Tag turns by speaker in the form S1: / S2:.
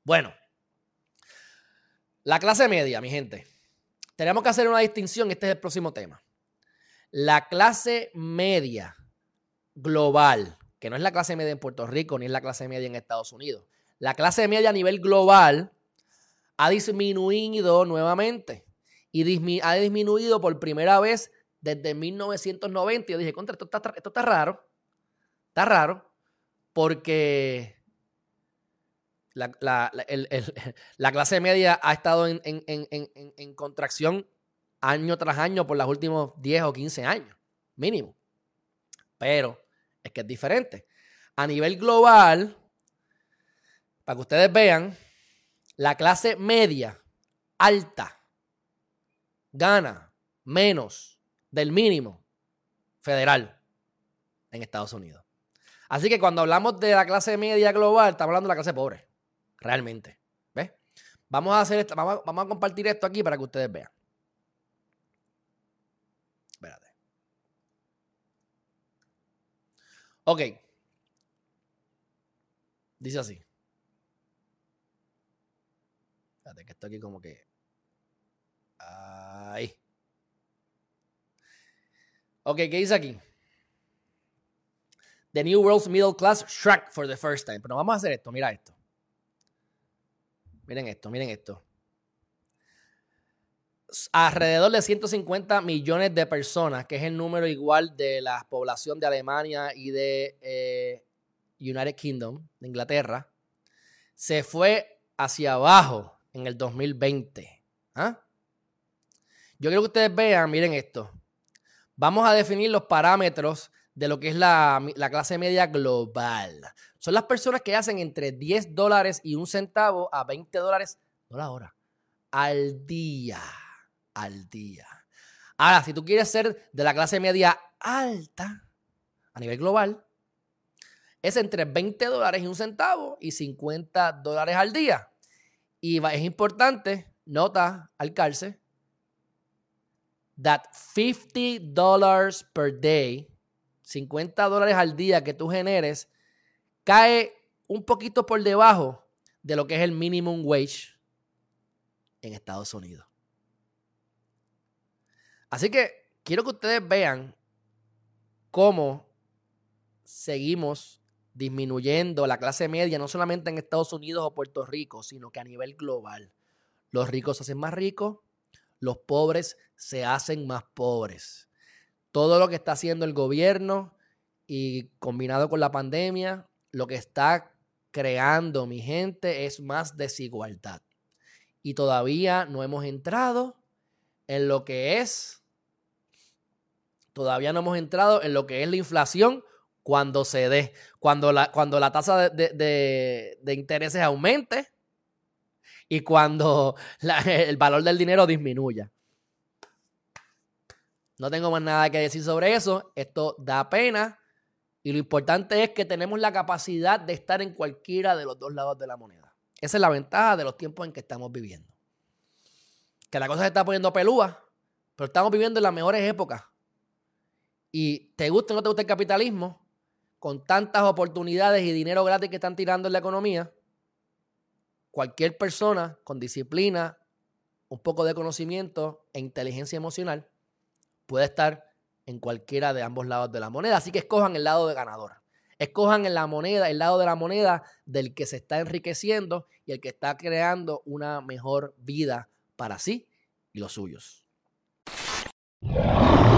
S1: Bueno, la clase media, mi gente. Tenemos que hacer una distinción. Este es el próximo tema. La clase media global, que no es la clase media en Puerto Rico ni es la clase media en Estados Unidos. La clase media a nivel global ha disminuido nuevamente y ha disminuido por primera vez desde 1990. Yo dije, contra, esto está raro. Está raro porque la clase media ha estado en contracción año tras año por los últimos 10 o 15 años, mínimo. Pero es que es diferente. A nivel global, para que ustedes vean, la clase media alta gana menos del mínimo federal en Estados Unidos. Así que cuando hablamos de la clase media global, estamos hablando de la clase pobre, realmente. ¿Ves? Vamos a hacer esto, vamos a compartir esto aquí para que ustedes vean. Espérate. Ok. Dice así. Espérate, que esto aquí como que... Ahí. Ok, ¿qué dice aquí? The New World's Middle Class shrank for the first time. Pero vamos a hacer esto, mira esto. Miren esto. Alrededor de 150 millones de personas, que es el número igual de la población de Alemania y de United Kingdom, de Inglaterra, se fue hacia abajo en el 2020. ¿Ah? Yo quiero que ustedes vean, miren esto. Vamos a definir los parámetros de lo que es la clase media global. Son las personas que hacen entre $10 y un centavo a $20, no la hora, al día. Ahora, si tú quieres ser de la clase media alta a nivel global, es entre $20 y un centavo y $50 al día. Y es importante, nota al calce, that $50 per day, $50 al día que tú generes, cae un poquito por debajo de lo que es el minimum wage en Estados Unidos. Así que quiero que ustedes vean cómo seguimos disminuyendo la clase media, no solamente en Estados Unidos o Puerto Rico, sino que a nivel global. Los ricos se hacen más ricos, los pobres se hacen más pobres. Todo lo que está haciendo el gobierno y combinado con la pandemia, lo que está creando, mi gente, es más desigualdad. Y todavía no hemos entrado en lo que es la inflación cuando se dé, cuando la tasa de intereses aumente y cuando el valor del dinero disminuya. No tengo más nada que decir sobre eso. Esto da pena y lo importante es que tenemos la capacidad de estar en cualquiera de los dos lados de la moneda. Esa es la ventaja de los tiempos en que estamos viviendo. Que la cosa se está poniendo pelúa, pero estamos viviendo en las mejores épocas. Y te gusta o no te gusta el capitalismo, con tantas oportunidades y dinero gratis que están tirando en la economía, cualquier persona con disciplina, un poco de conocimiento e inteligencia emocional puede estar en cualquiera de ambos lados de la moneda. Así que escojan el lado de ganador. Escojan el lado de la moneda del que se está enriqueciendo y el que está creando una mejor vida para sí y los suyos.